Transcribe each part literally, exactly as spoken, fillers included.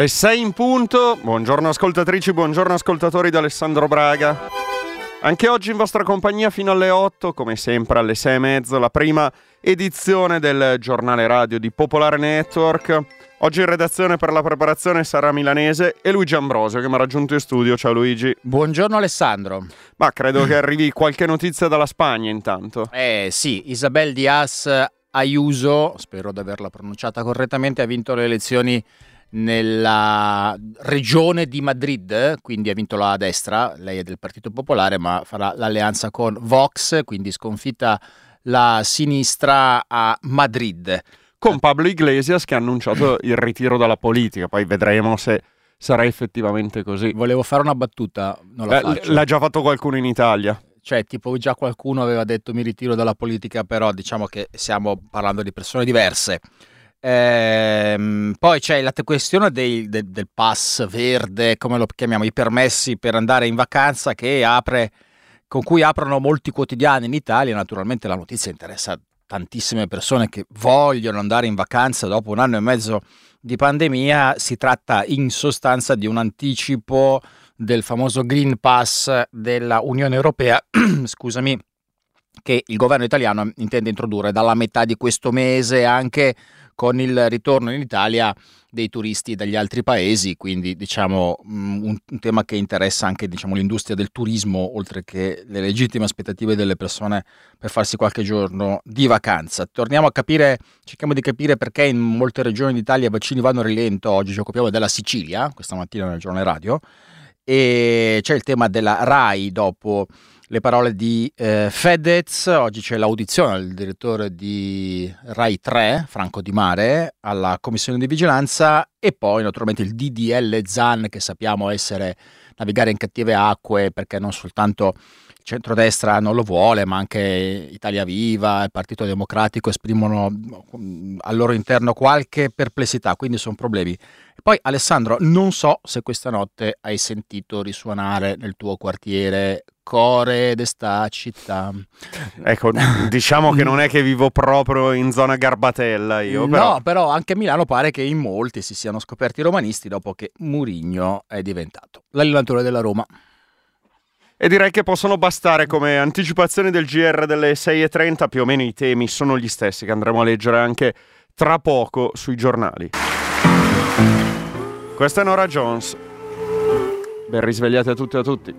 Le sei in punto, buongiorno ascoltatrici, buongiorno ascoltatori da Alessandro Braga. Anche oggi in vostra compagnia fino alle otto, come sempre alle sei e mezzo, la prima edizione del giornale radio di Popolare Network. Oggi in redazione per la preparazione Sara Milanese e Luigi Ambrosio che mi ha raggiunto in studio. Ciao Luigi. Buongiorno Alessandro. Ma credo che arrivi qualche notizia dalla Spagna intanto. Eh sì, Isabel Díaz Ayuso, spero di averla pronunciata correttamente, ha vinto le elezioni nella regione di Madrid, quindi ha vinto la destra, lei è del Partito Popolare ma farà l'alleanza con Vox, quindi sconfitta la sinistra a Madrid. Con Pablo Iglesias che ha annunciato il ritiro dalla politica, poi vedremo se sarà effettivamente così. Volevo fare una battuta, non la eh, faccio. L'ha già fatto qualcuno in Italia. Cioè, tipo già qualcuno aveva detto mi ritiro dalla politica, però diciamo che stiamo parlando di persone diverse. Ehm, poi c'è la questione dei, de, del pass verde, come lo chiamiamo, i permessi per andare in vacanza che apre, con cui aprono molti quotidiani in Italia. Naturalmente la notizia interessa tantissime persone che vogliono andare in vacanza dopo un anno e mezzo di pandemia. Si tratta in sostanza di un anticipo del famoso Green Pass della Unione Europea, scusami, che il governo italiano intende introdurre dalla metà di questo mese, anche con il ritorno in Italia dei turisti dagli altri paesi, quindi diciamo un, un tema che interessa anche diciamo l'industria del turismo, oltre che le legittime aspettative delle persone per farsi qualche giorno di vacanza. Torniamo a capire, cerchiamo di capire perché in molte regioni d'Italia i vaccini vanno a rilento. Oggi ci occupiamo della Sicilia, questa mattina nel giornale radio, e c'è il tema della RAI dopo le parole di eh, Fedez. Oggi c'è l'audizione del direttore di Rai tre, Franco Di Mare, alla commissione di vigilanza, e poi naturalmente il D D L Zan, che sappiamo essere navigare in cattive acque perché non soltanto il centrodestra non lo vuole, ma anche Italia Viva, il Partito Democratico esprimono al loro interno qualche perplessità, quindi sono problemi. E poi Alessandro, non so se questa notte hai sentito risuonare nel tuo quartiere Core d'esta città. Ecco, diciamo che non è che vivo proprio in zona Garbatella io, però. No, però anche a Milano pare che in molti si siano scoperti romanisti dopo che Mourinho è diventato l'allenatore della Roma. E direi che possono bastare come anticipazioni del G R delle sei e trenta, più o meno i temi sono gli stessi che andremo a leggere anche tra poco sui giornali. Questa è Nora Jones. Ben risvegliati a tutti e a tutti.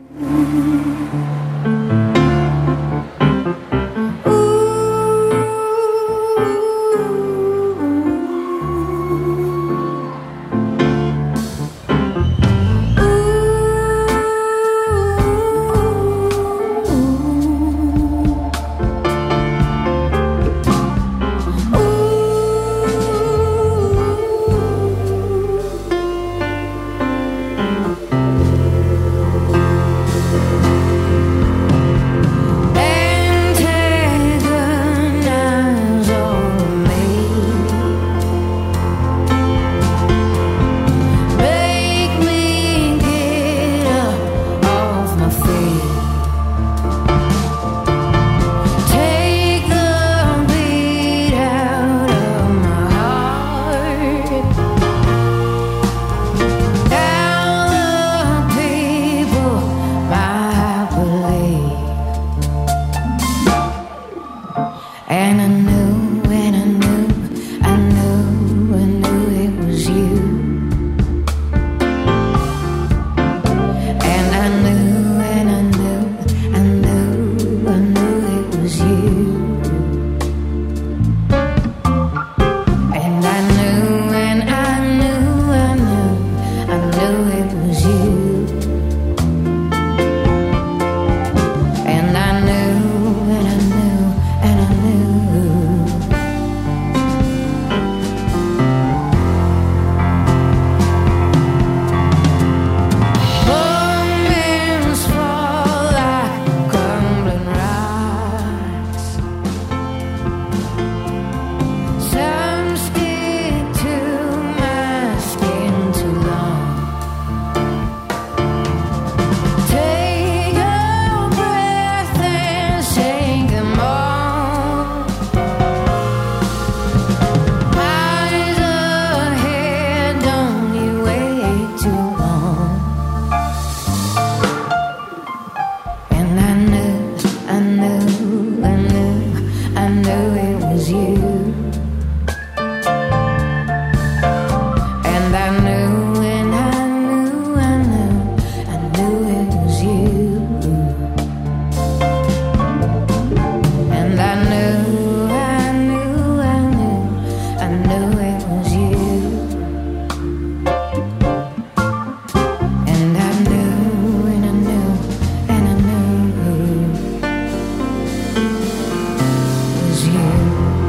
And I knew, and I knew, and I knew was you. And I knew, and I knew, I knew, I knew it was you. And I knew, I knew, I knew, I knew it was you. And I knew, and I knew, and I knew it was you.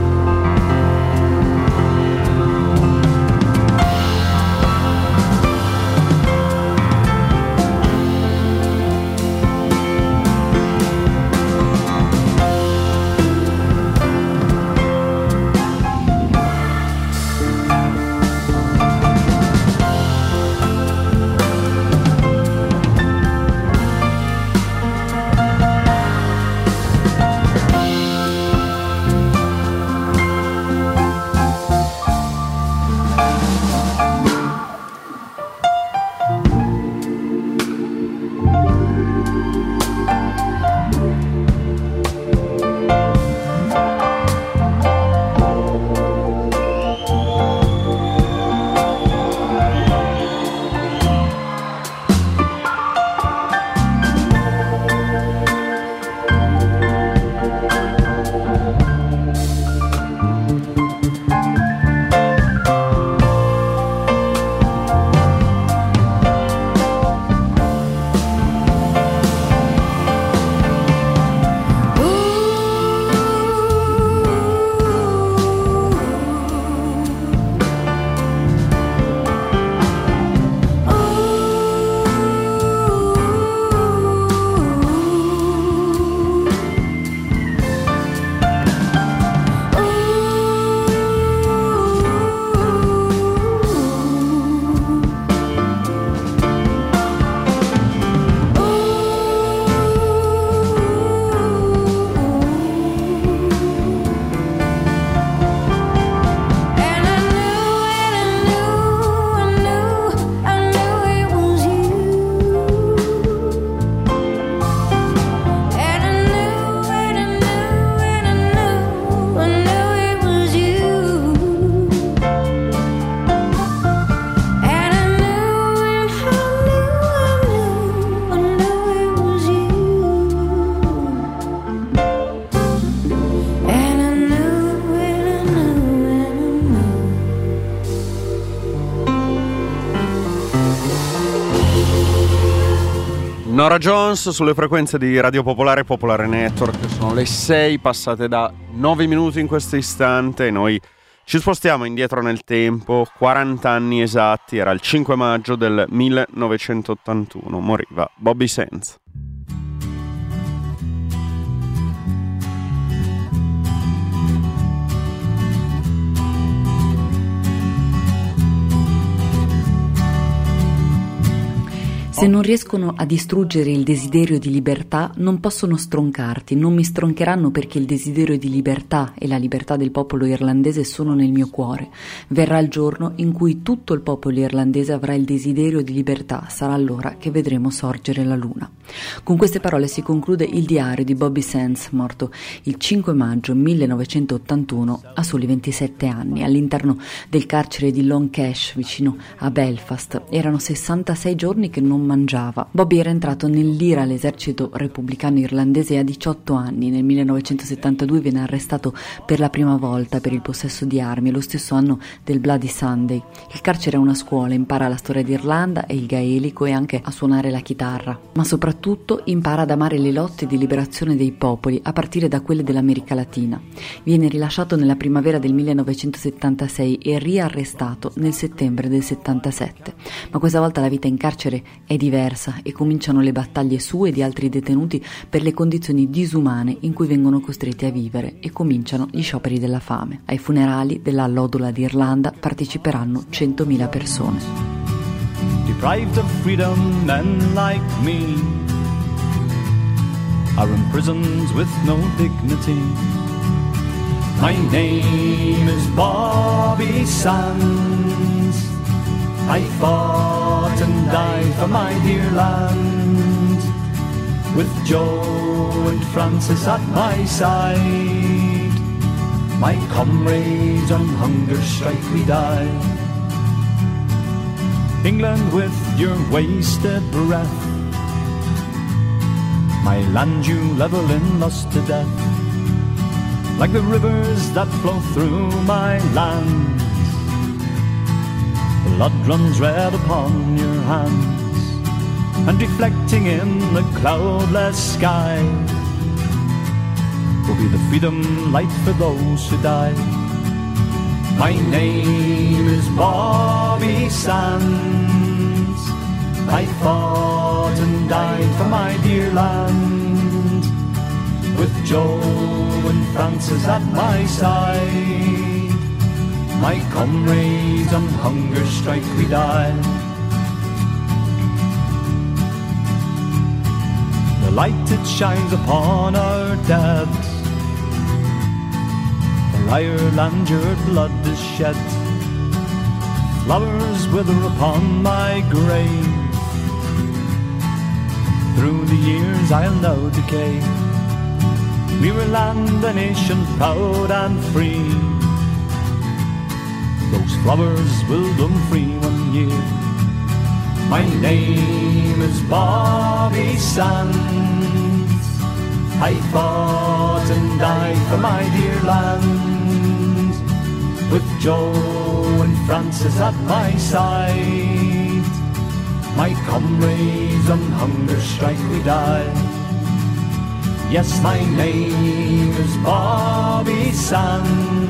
Norah Jones sulle frequenze di Radio Popolare e Popolare Network. Sono le sei passate da nove minuti in questo istante e noi ci spostiamo indietro nel tempo, quaranta anni esatti, era il cinque maggio del millenovecentottantuno, moriva Bobby Sands. Se non riescono a distruggere il desiderio di libertà, non possono stroncarti, non mi stroncheranno perché il desiderio di libertà e la libertà del popolo irlandese sono nel mio cuore. Verrà il giorno in cui tutto il popolo irlandese avrà il desiderio di libertà, sarà allora che vedremo sorgere la luna. Con queste parole si conclude il diario di Bobby Sands, morto il cinque maggio millenovecentottantuno a soli ventisette anni, all'interno del carcere di Long Cash, vicino a Belfast. Erano sessantasei giorni che non mangiava. Bobby era entrato nell'I R A, l'esercito repubblicano irlandese, a diciotto anni. Nel millenovecentosettantadue viene arrestato per la prima volta per il possesso di armi, lo stesso anno del Bloody Sunday. Il carcere è una scuola, impara la storia d'Irlanda e il gaelico e anche a suonare la chitarra, ma soprattutto impara ad amare le lotte di liberazione dei popoli, a partire da quelle dell'America Latina. Viene rilasciato nella primavera del millenovecentosettantasei e riarrestato nel settembre del settantasette. Ma questa volta la vita in carcere è diversa e cominciano le battaglie sue e di altri detenuti per le condizioni disumane in cui vengono costretti a vivere, e cominciano gli scioperi della fame. Ai funerali della Lodula d'Irlanda parteciperanno centomila persone. Deprived of freedom, men like me are in prisons with no dignity. My name is Bobby Sands. I fought and died for my dear land, with Joe and Francis at my side. My comrades on hunger strike we die. England with your wasted breath, my land you level in lust to death. Like the rivers that flow through my lands, blood runs red upon your hands, and reflecting in the cloudless sky will be the freedom light for those who die. My name is Bobby Sands. I fought and died for my dear land, with Joe and Francis at my side. My comrades on hunger strike we die. The light it shines upon our dead, for Ireland your blood is shed. Flowers wither upon my grave, through the years I'll now decay. We were land, a nation proud and free. Those flowers will bloom free one year. My name is Bobby Sands. I fought and died for my dear land, with Joe and Francis at my side. My comrades on hunger strike we die. Yes, my name is Bobby Sands.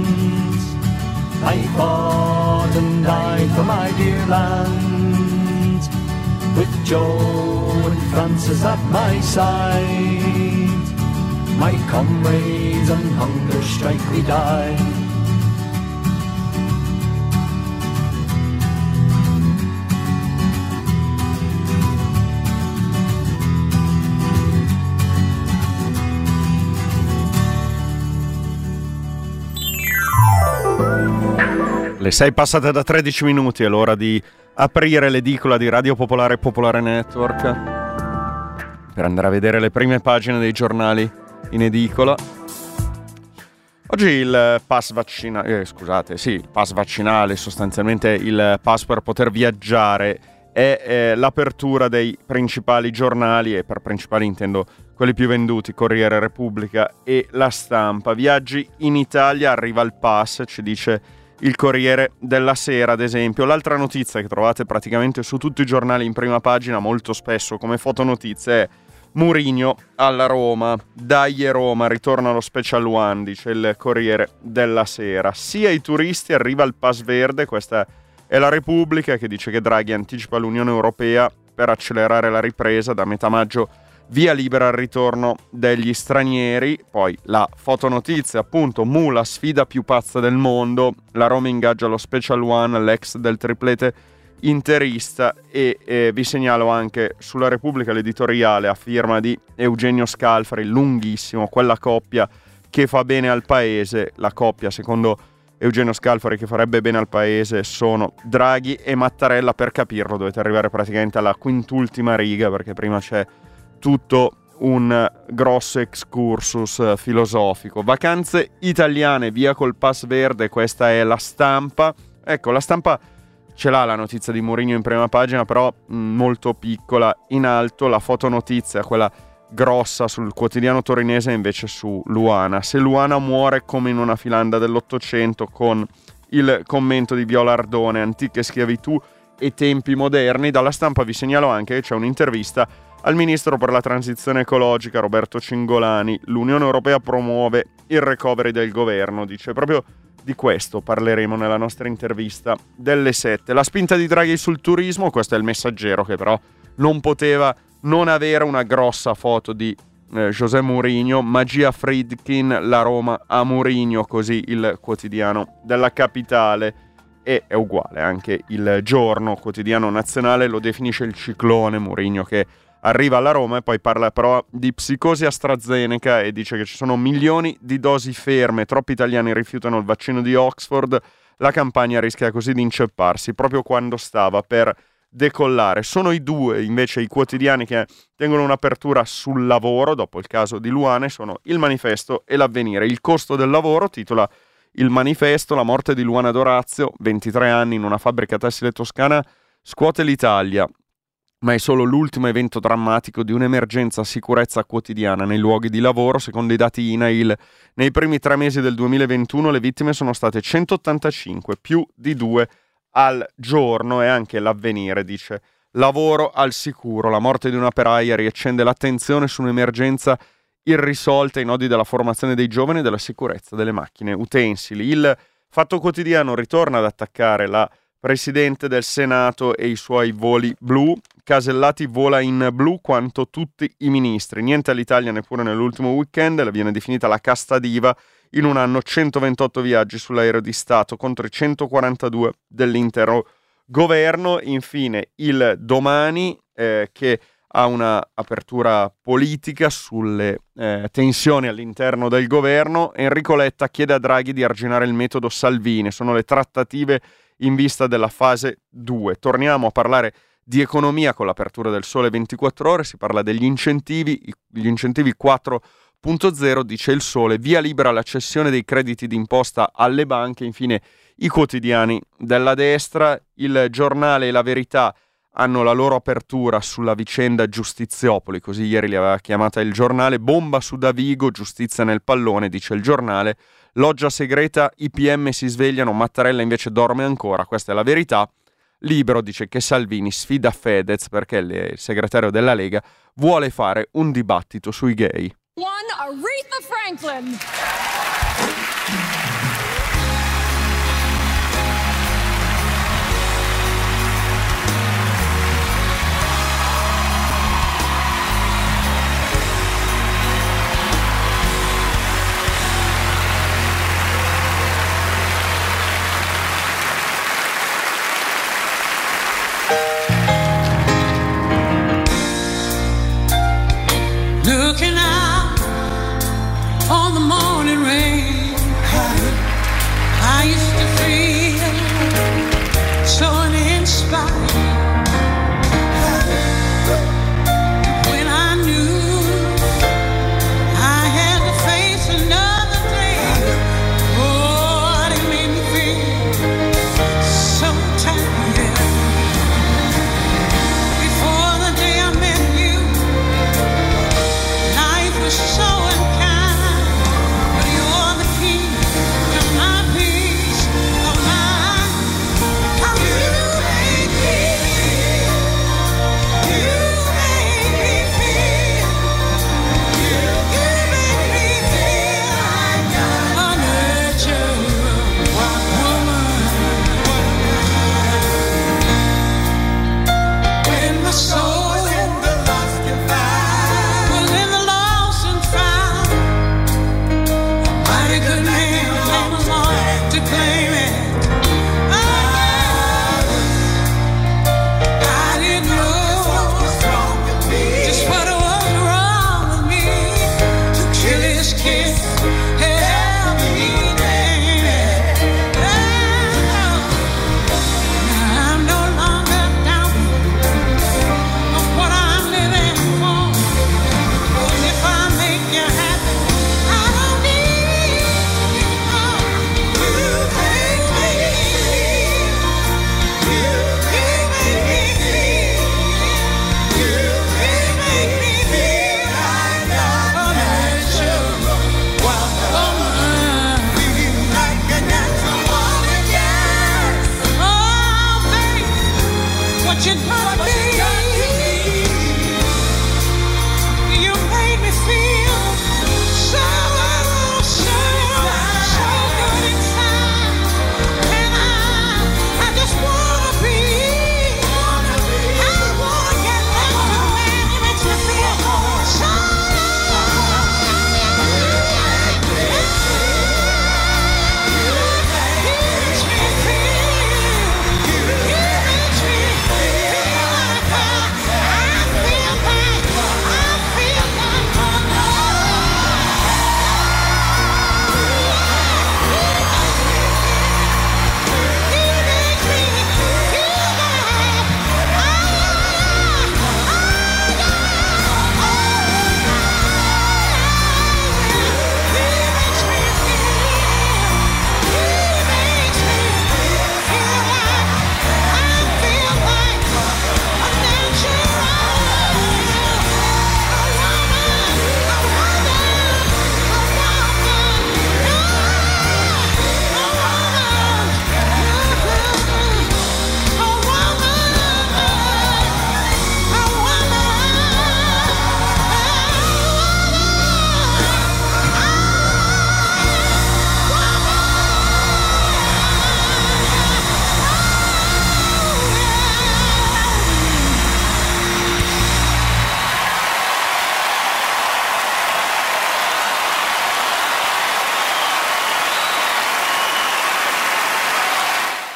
I fought and died for my dear land, with Joe and Francis at my side. My comrades on hunger strike we die. Le sei passate da tredici minuti, è l'ora di aprire l'edicola di Radio Popolare e Popolare Network per andare a vedere le prime pagine dei giornali in edicola. Oggi il pass vaccinale, eh, scusate, sì, il pass vaccinale, sostanzialmente il pass per poter viaggiare, è eh, l'apertura dei principali giornali, e per principali intendo quelli più venduti, Corriere, Repubblica e La Stampa. Viaggi in Italia, arriva il pass, ci dice il Corriere della Sera, ad esempio. L'altra notizia che trovate praticamente su tutti i giornali in prima pagina, molto spesso come fotonotizie, è Mourinho alla Roma. Dai Roma, ritorna allo Special One, dice il Corriere della Sera. Sia i turisti, arriva il pass verde, questa è la Repubblica che dice che Draghi anticipa l'Unione Europea per accelerare la ripresa, da metà maggio via libera al ritorno degli stranieri. Poi la fotonotizia, appunto, Mu, la sfida più pazza del mondo, la Roma ingaggia lo Special One, l'ex del triplete interista. E eh, vi segnalo anche sulla Repubblica l'editoriale a firma di Eugenio Scalfari, lunghissimo, quella coppia che fa bene al paese. La coppia, secondo Eugenio Scalfari, che farebbe bene al paese sono Draghi e Mattarella. Per capirlo dovete arrivare praticamente alla quintultima riga, perché prima c'è tutto un grosso excursus filosofico. Vacanze italiane, via col pass verde, questa è La Stampa. Ecco, La Stampa ce l'ha la notizia di Mourinho in prima pagina, però mh, molto piccola in alto. La fotonotizia, quella grossa sul quotidiano torinese, invece su Luana. Se Luana muore come in una filanda dell'Ottocento, con il commento di Viola Ardone, antiche schiavitù e tempi moderni. Dalla Stampa vi segnalo anche che c'è un'intervista al ministro per la transizione ecologica Roberto Cingolani. L'Unione Europea promuove il recovery del governo, dice. Proprio di questo parleremo nella nostra intervista delle sette. La spinta di Draghi sul turismo, questo è il Messaggero, che però non poteva non avere una grossa foto di eh, José Mourinho. Magia Friedkin, la Roma a Mourinho, così il quotidiano della capitale. E è uguale anche il Giorno, quotidiano nazionale, lo definisce il ciclone Mourinho che arriva alla Roma, e poi parla però di psicosi AstraZeneca e dice che ci sono milioni di dosi ferme, troppi italiani rifiutano il vaccino di Oxford, la campagna rischia così di incepparsi proprio quando stava per decollare. Sono i due invece i quotidiani che tengono un'apertura sul lavoro, dopo il caso di Luane, sono Il Manifesto e L'Avvenire. Il costo del lavoro, titola Il Manifesto, la morte di Luana D'Orazio, ventitré anni in una fabbrica tessile toscana, scuote l'Italia, ma è solo l'ultimo evento drammatico di un'emergenza sicurezza quotidiana nei luoghi di lavoro. Secondo i dati I N A I L, nei primi tre mesi del duemilaventuno le vittime sono state centottantacinque, più di due al giorno. E anche l'Avvenire dice: lavoro al sicuro, la morte di un'operaia riaccende l'attenzione su un'emergenza irrisolta, i nodi della formazione dei giovani e della sicurezza delle macchine utensili. Il Fatto Quotidiano ritorna ad attaccare la Presidente del Senato e i suoi voli blu. Casellati vola in blu quanto tutti i ministri. Niente all'Italia neppure nell'ultimo weekend. La viene definita la casta diva. In un anno centoventotto viaggi sull'aereo di Stato contro i centoquarantadue dell'intero governo. Infine il Domani eh, che ha una apertura politica sulle eh, tensioni all'interno del governo. Enrico Letta chiede a Draghi di arginare il metodo Salvini. Sono le trattative in vista della fase due. Torniamo a parlare di economia con l'apertura del Sole ventiquattro Ore. Si parla degli incentivi, gli incentivi quattro punto zero, dice il Sole, via libera alla cessione dei crediti d'imposta alle banche. Infine i quotidiani della destra, il Giornale e la Verità hanno la loro apertura sulla vicenda Giustiziopoli, così ieri li aveva chiamata il Giornale. Bomba su Davigo, giustizia nel pallone, dice il Giornale. Loggia segreta, i P M si svegliano, Mattarella invece dorme ancora, questa è la Verità. Libero dice che Salvini sfida Fedez perché il segretario della Lega vuole fare un dibattito sui gay. One Aretha Franklin. Looking out on the morning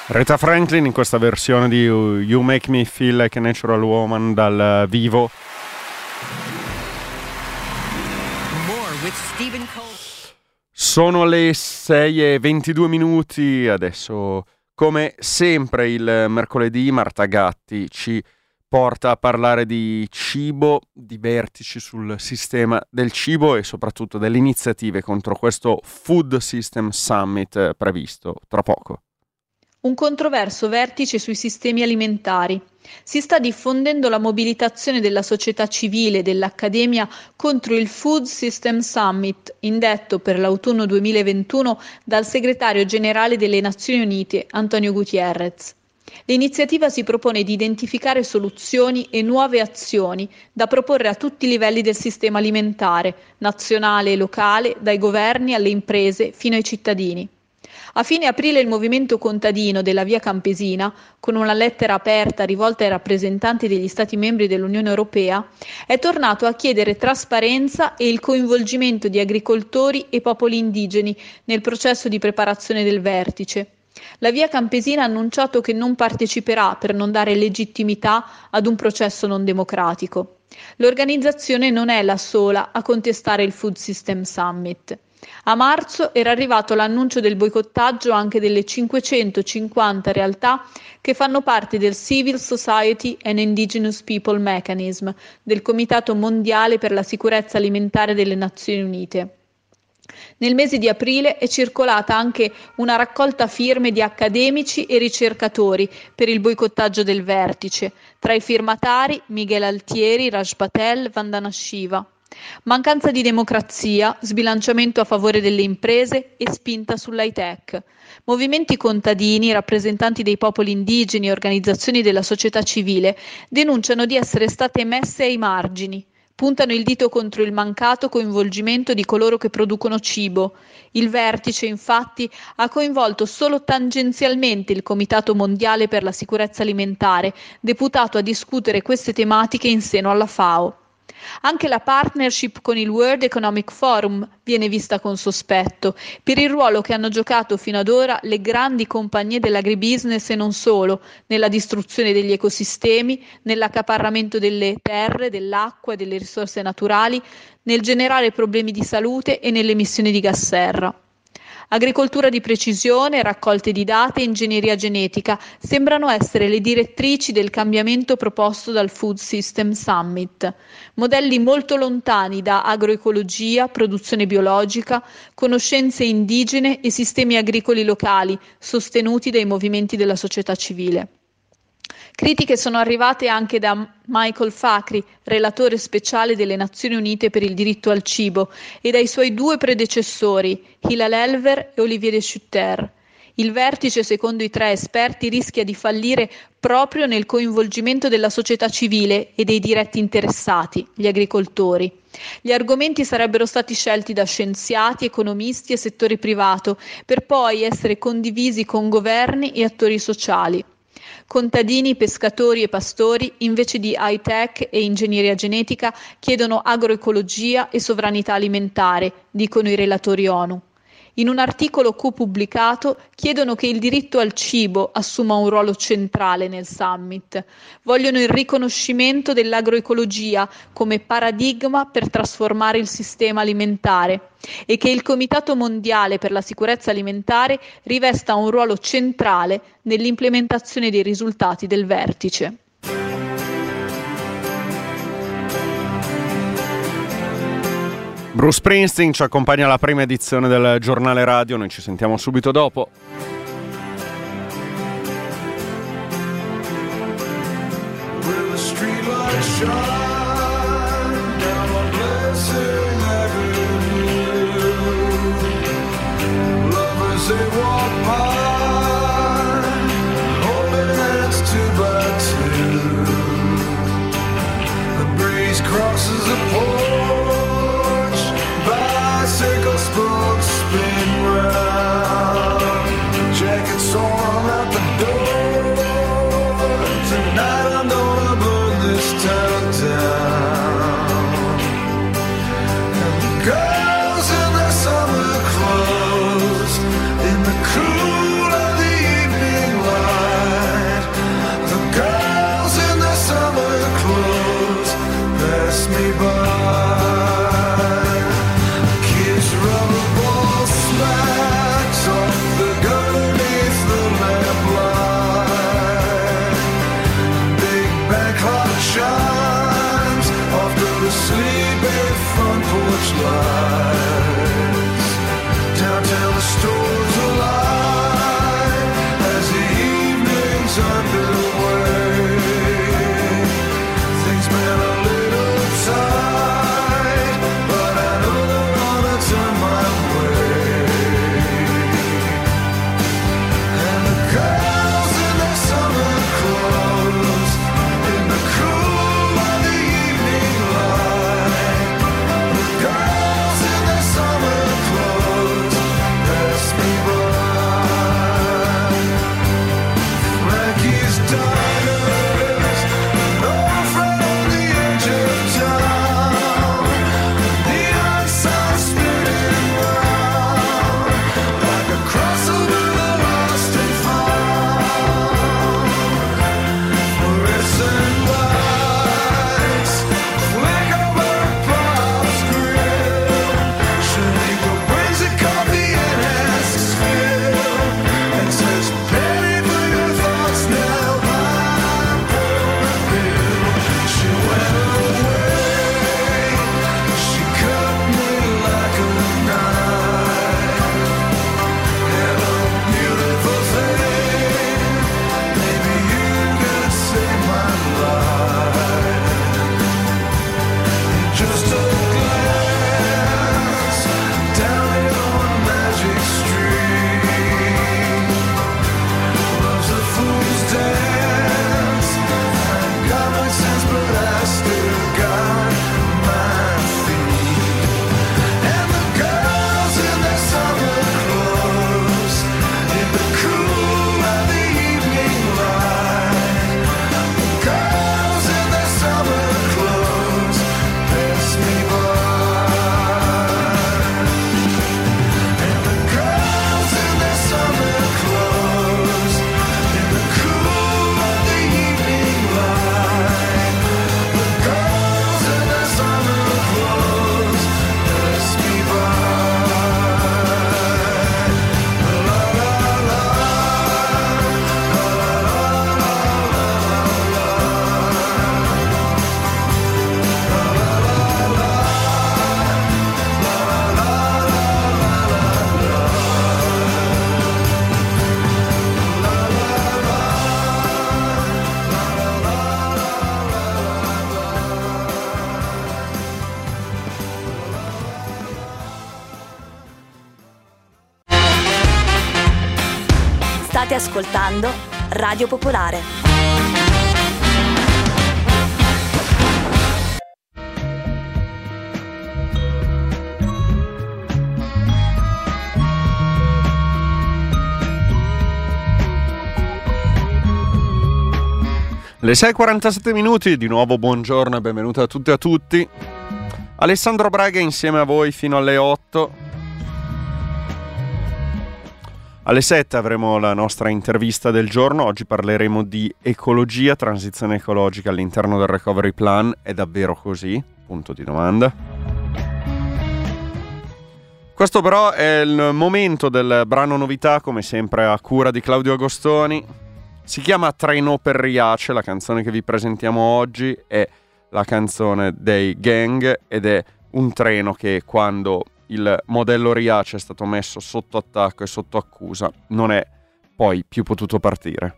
Aretha Franklin in questa versione di You Make Me Feel Like a Natural Woman dal vivo. Sono le sei e ventidue minuti, adesso come sempre il mercoledì Marta Gatti ci porta a parlare di cibo, di vertici sul sistema del cibo e soprattutto delle iniziative contro questo Food System Summit previsto tra poco. Un controverso vertice sui sistemi alimentari. Si sta diffondendo la mobilitazione della società civile e dell'accademia contro il Food System Summit, indetto per l'autunno duemilaventuno dal segretario generale delle Nazioni Unite, Antonio Guterres. L'iniziativa si propone di identificare soluzioni e nuove azioni da proporre a tutti i livelli del sistema alimentare, nazionale e locale, dai governi alle imprese fino ai cittadini. A fine aprile il movimento contadino della Via Campesina, con una lettera aperta rivolta ai rappresentanti degli Stati membri dell'Unione Europea, è tornato a chiedere trasparenza e il coinvolgimento di agricoltori e popoli indigeni nel processo di preparazione del vertice. La Via Campesina ha annunciato che non parteciperà per non dare legittimità ad un processo non democratico. L'organizzazione non è la sola a contestare il Food System Summit. A marzo era arrivato l'annuncio del boicottaggio anche delle cinquecentocinquanta realtà che fanno parte del Civil Society and Indigenous People Mechanism, del Comitato Mondiale per la Sicurezza Alimentare delle Nazioni Unite. Nel mese di aprile è circolata anche una raccolta firme di accademici e ricercatori per il boicottaggio del vertice, tra i firmatari Miguel Altieri, Raj Patel, Vandana Shiva. Mancanza di democrazia, sbilanciamento a favore delle imprese e spinta sull'high tech. Movimenti contadini, rappresentanti dei popoli indigeni e organizzazioni della società civile denunciano di essere state messe ai margini. Puntano il dito contro il mancato coinvolgimento di coloro che producono cibo. Il vertice, infatti, ha coinvolto solo tangenzialmente il Comitato Mondiale per la Sicurezza Alimentare, deputato a discutere queste tematiche in seno alla FAO. Anche la partnership con il World Economic Forum viene vista con sospetto per il ruolo che hanno giocato fino ad ora le grandi compagnie dell'agribusiness e non solo, nella distruzione degli ecosistemi, nell'accaparramento delle terre, dell'acqua e delle risorse naturali, nel generare problemi di salute e nelle emissioni di gas serra. Agricoltura di precisione, raccolte di dati e ingegneria genetica sembrano essere le direttrici del cambiamento proposto dal Food System Summit. Modelli molto lontani da agroecologia, produzione biologica, conoscenze indigene e sistemi agricoli locali sostenuti dai movimenti della società civile. Critiche sono arrivate anche da Michael Fakhri, relatore speciale delle Nazioni Unite per il diritto al cibo, e dai suoi due predecessori, Hilal Elver e Olivier de Schutter. Il vertice, secondo i tre esperti, rischia di fallire proprio nel coinvolgimento della società civile e dei diretti interessati, gli agricoltori. Gli argomenti sarebbero stati scelti da scienziati, economisti e settore privato, per poi essere condivisi con governi e attori sociali. Contadini, pescatori e pastori, invece di high tech e ingegneria genetica, chiedono agroecologia e sovranità alimentare, dicono i relatori ONU. In un articolo co-pubblicato chiedono che il diritto al cibo assuma un ruolo centrale nel summit. Vogliono il riconoscimento dell'agroecologia come paradigma per trasformare il sistema alimentare e che il Comitato Mondiale per la Sicurezza Alimentare rivesta un ruolo centrale nell'implementazione dei risultati del vertice. Bruce Springsteen ci accompagna alla prima edizione del giornale radio, noi ci sentiamo subito dopo. Crosses the porch, bicycle spokes spin round, jackets on at the door. Tonight I'm gonna burn this town down. And the girls in their summer clothes, in the cool of the evening light. State ascoltando Radio Popolare. Le sei e quarantasette minuti, di nuovo buongiorno e benvenuti a tutti e a tutti. Alessandro Braga insieme a voi fino alle otto. Alle sette avremo la nostra intervista del giorno. Oggi parleremo di ecologia, transizione ecologica all'interno del Recovery Plan. È davvero così? Punto di domanda. Questo però è il momento del brano novità, come sempre a cura di Claudio Agostoni. Si chiama Treno per Riace, la canzone che vi presentiamo oggi è la canzone dei Gang ed è un treno che quando il modello Riace è stato messo sotto attacco e sotto accusa non è poi più potuto partire.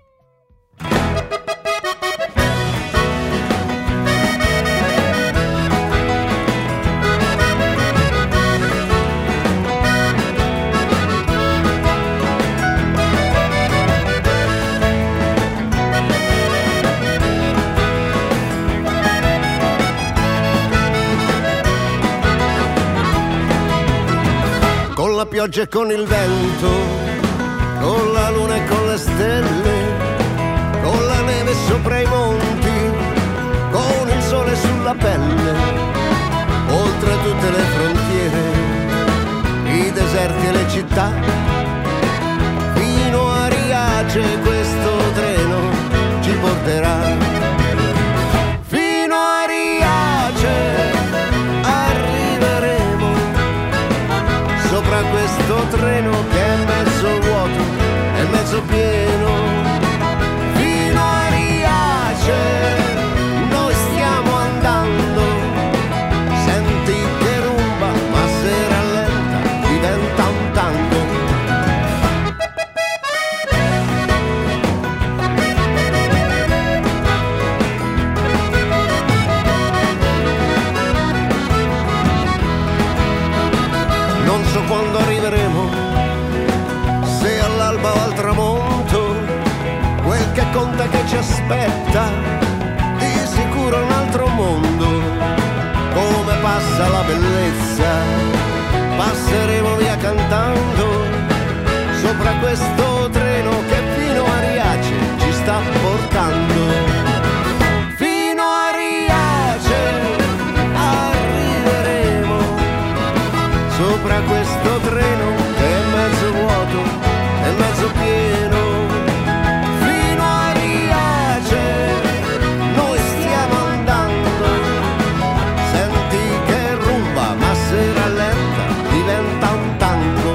Con la pioggia e con il vento, con la luna e con le stelle, con la neve sopra i monti, con il sole sulla pelle, oltre tutte le frontiere, i deserti e le città, fino a Riace questo treno ci porterà. Fino a Riace sopra questo treno che è mezzo vuoto e mezzo pieno. Fino a Riace noi stiamo andando, senti che rumba ma se rallenta diventa un tango. Non so quando arriveremo, se all'alba o al tramonto, quel che conta è che ci aspetta, di sicuro un altro mondo. Come passa la bellezza, passeremo via cantando, sopra questo treno che fino a Riace ci sta portando. Fino a Riace arriveremo, sopra questo treno che è mezzo vuoto e mezzo pieno. Fino a Riace noi stiamo andando, senti che rumba ma se rallenta diventa un tango.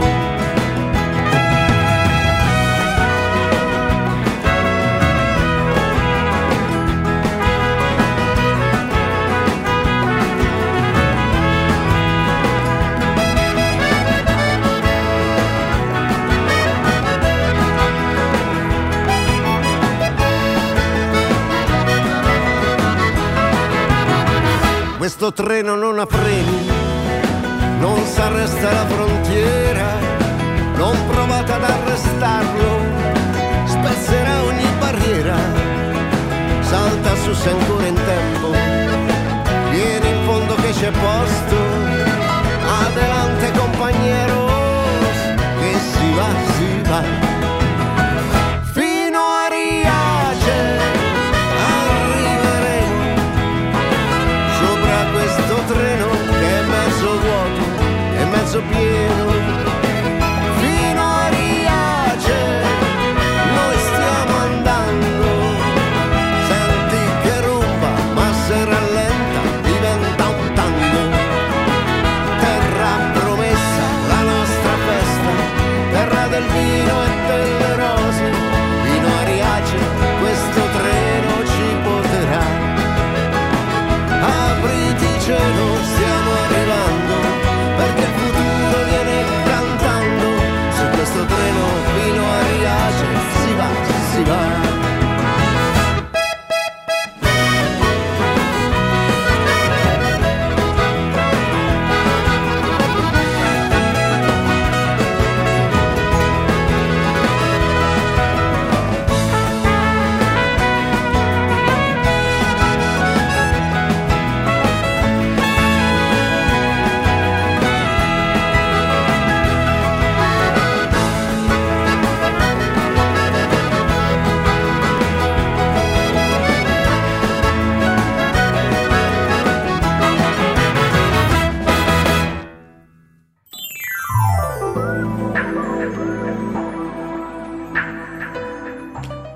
Questo treno non ha freni, non s'arresta alla frontiera, non provate ad arrestarlo, spezzerà ogni barriera, salta su se ancora in tempo, vieni in fondo che c'è posto, adelante compañeros, che si va, si va. Fino a Riace treno che è mezzo vuoto e mezzo pieno. Fino a Riace noi stiamo andando, senti che rumba ma se rallenta diventa un tango. Terra promessa, la nostra festa, terra del vino e delle rose. Fino a Riace questo treno ci porterà. Apriti cielo, stiamo arrivando, perché il futuro viene cantando. Su questo treno fino a Riace si va, si va.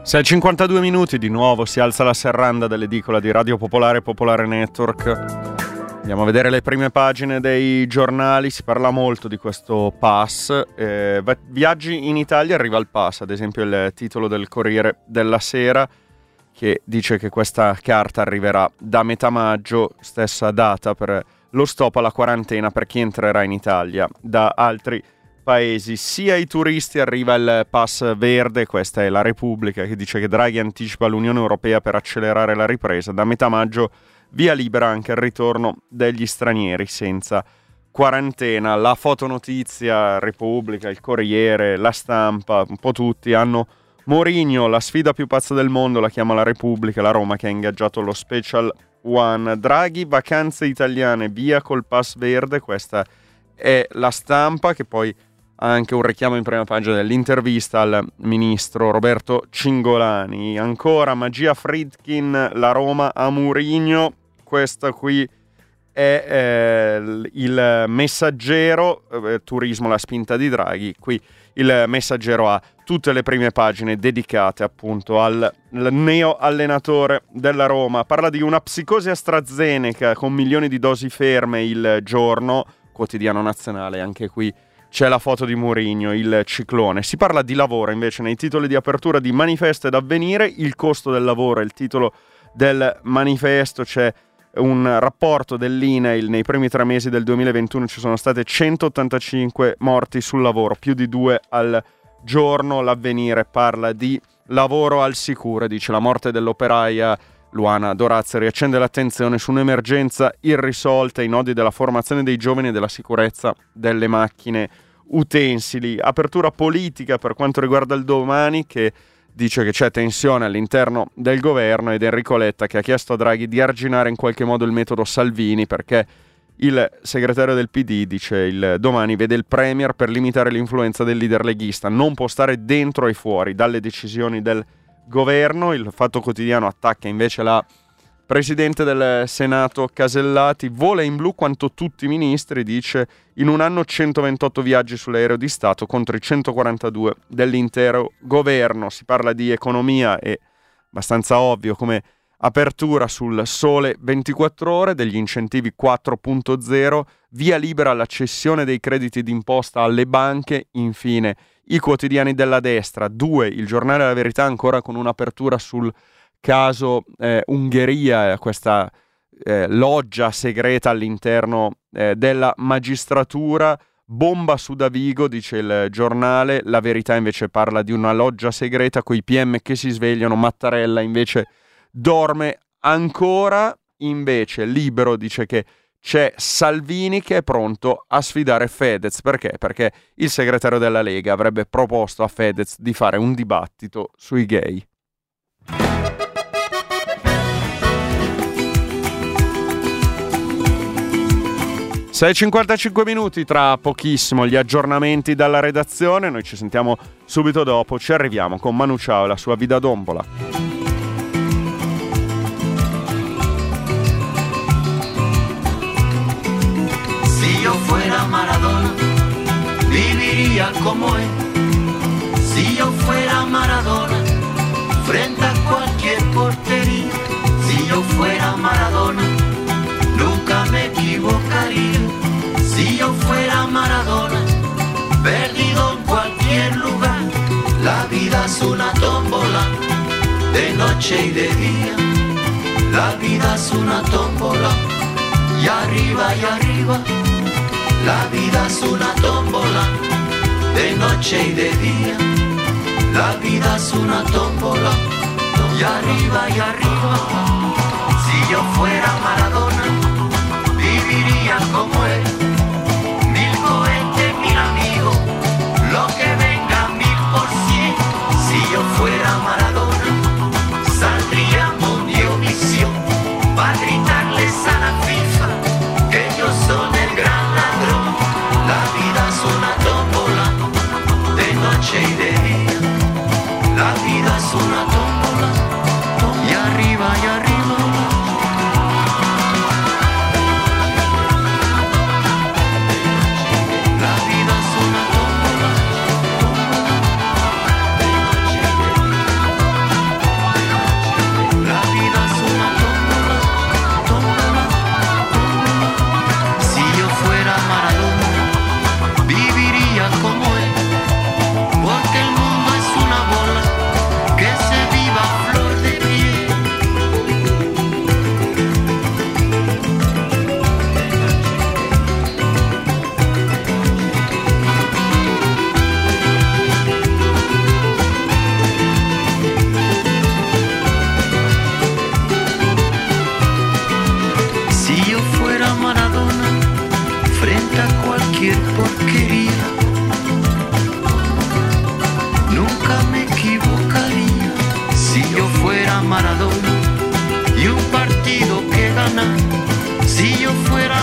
sei e cinquantadue minuti, di nuovo si alza la serranda dell'edicola di Radio Popolare e Popolare Network. Andiamo a vedere le prime pagine dei giornali, si parla molto di questo pass. Eh, viaggi in Italia, arriva il pass, ad esempio il titolo del Corriere della Sera, che dice che questa carta arriverà da metà maggio, stessa data per lo stop alla quarantena per chi entrerà in Italia da altri paesi. Sia ai turisti arriva il pass verde, questa è la Repubblica che dice che Draghi anticipa l'Unione Europea per accelerare la ripresa, da metà maggio via libera anche il ritorno degli stranieri senza quarantena. La fotonotizia, Repubblica, il Corriere, La Stampa, un po' tutti hanno Mourinho, la sfida più pazza del mondo, la chiama la Repubblica, la Roma che ha ingaggiato lo Special One. Draghi, vacanze italiane, via col pass verde, questa è La Stampa, che poi ha anche un richiamo in prima pagina dell'intervista al ministro Roberto Cingolani. Ancora Magia Friedkin, la Roma a Mourinho. Questa qui è eh, il Messaggero, eh, turismo la spinta di Draghi. Qui il Messaggero ha tutte le prime pagine dedicate appunto al, al neo allenatore della Roma. Parla di una psicosi AstraZeneca con milioni di dosi ferme il giorno. Quotidiano Nazionale, anche qui c'è la foto di Mourinho, il ciclone. Si parla di lavoro invece nei titoli di apertura di Manifesto ed Avvenire. Il costo del lavoro è il titolo del Manifesto. C'è un rapporto dell'I N A I L, nei primi tre mesi del duemilaventuno ci sono state centottantacinque morti sul lavoro, più di due al giorno. L'Avvenire parla di lavoro al sicuro, dice la morte dell'operaia Luana Dorazio riaccende l'attenzione su un'emergenza irrisolta, i nodi della formazione dei giovani e della sicurezza delle macchine utensili. Apertura politica per quanto riguarda il Domani, che dice che c'è tensione all'interno del governo, ed Enrico Letta che ha chiesto a Draghi di arginare in qualche modo il metodo Salvini, perché il segretario del P D, dice il Domani, vede il premier per limitare l'influenza del leader leghista, non può stare dentro e fuori dalle decisioni del governo. Il Fatto Quotidiano attacca invece la presidente del Senato Casellati, vola in blu quanto tutti i ministri, dice in un anno centoventotto viaggi sull'aereo di Stato contro i centoquarantadue dell'intero governo. Si parla di economia e abbastanza ovvio come apertura sul Sole ventiquattro Ore, degli incentivi quattro punto zero, via libera alla cessione dei crediti d'imposta alle banche. Infine i quotidiani della destra, due, il Giornale della Verità ancora con un'apertura sul caso eh, Ungheria, questa eh, loggia segreta all'interno eh, della magistratura, bomba su Davigo, dice il Giornale. La Verità invece parla di una loggia segreta coi P M che si svegliano, Mattarella invece dorme ancora. Invece Libero dice che c'è Salvini che è pronto a sfidare Fedez. Perché? Perché il segretario della Lega avrebbe proposto a Fedez di fare un dibattito sui gay. sei e cinquantacinque minuti, tra pochissimo gli aggiornamenti dalla redazione. Noi ci sentiamo subito dopo, ci arriviamo con Manu Chao e la sua Vida Dombola. Si yo fuera Maradona, viviría como él. Si yo fuera Maradona, frente a cualquier portería. Si yo fuera Maradona, nunca me equivocaría. Si yo fuera Maradona, perdido en cualquier lugar. La vida es una tómbola, de noche y de día. La vida es una tómbola, y arriba y arriba. La vida es una tómbola, de noche y de día. La vida es una tómbola, y arriba y arriba. Si yo fuera Maradona, viviría como él. Mil cohetes, mil amigos, lo que venga mil por cien. Si yo fuera Maradona, saldría Mundiovisión para gritarles a la FIFA que ellos son el gran ladrón. La vida es una tómbola, de noche y de día. La vida es una tómbola, y arriba y arriba.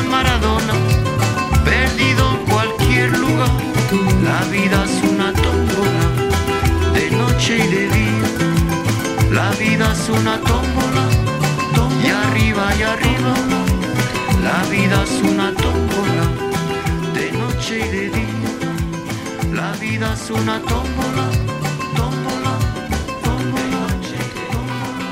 Maradona, perdido en cualquier lugar. La vida es una tómbola, de noche y de día. La vida es una tómbola, y arriba y arriba. La vida es una tómbola, de noche y de día. La vida es una tómbola, tómbola, tómbola, tómbola.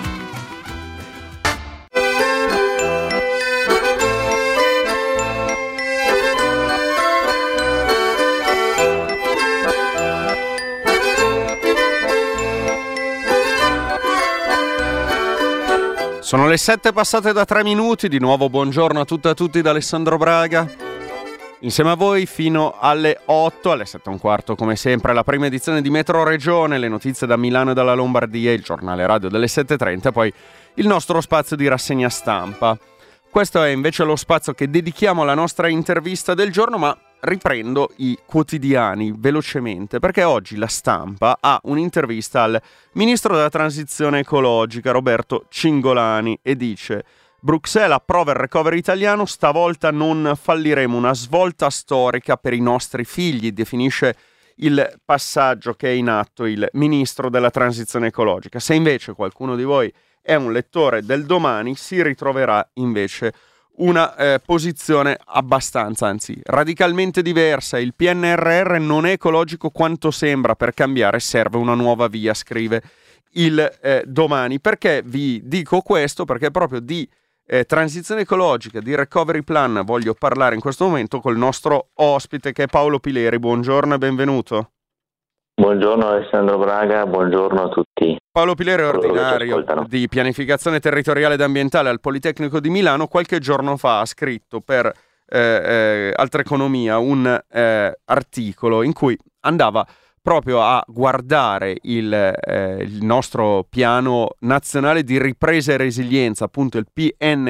Sono le sette passate da tre minuti, di nuovo buongiorno a tutte e a tutti da Alessandro Braga. Insieme a voi fino alle otto, alle sette e un quarto come sempre, la prima edizione di Metro Regione, le notizie da Milano e dalla Lombardia, il giornale radio delle sette e trenta, poi il nostro spazio di rassegna stampa. Questo è invece lo spazio che dedichiamo alla nostra intervista del giorno, ma riprendo i quotidiani velocemente, perché oggi La Stampa ha un'intervista al ministro della transizione ecologica Roberto Cingolani e dice: Bruxelles approva il recovery italiano, stavolta non falliremo, una svolta storica per i nostri figli, definisce il passaggio che è in atto il ministro della transizione ecologica. Se invece qualcuno di voi è un lettore del Domani, si ritroverà invece una eh, posizione abbastanza, anzi radicalmente diversa. Il P N R R non è ecologico quanto sembra, per cambiare serve una nuova via, scrive il eh, Domani. Perché vi dico questo? Perché proprio di eh, transizione ecologica, di recovery plan voglio parlare in questo momento col nostro ospite che è Paolo Pileri. Buongiorno e benvenuto. Buongiorno Alessandro Braga, buongiorno a tutti. Paolo Pileri è ordinario di pianificazione territoriale ed ambientale al Politecnico di Milano. Qualche giorno fa ha scritto per eh, eh, Altra Economia un eh, articolo in cui andava proprio a guardare il, eh, il nostro piano nazionale di ripresa e resilienza, appunto il P N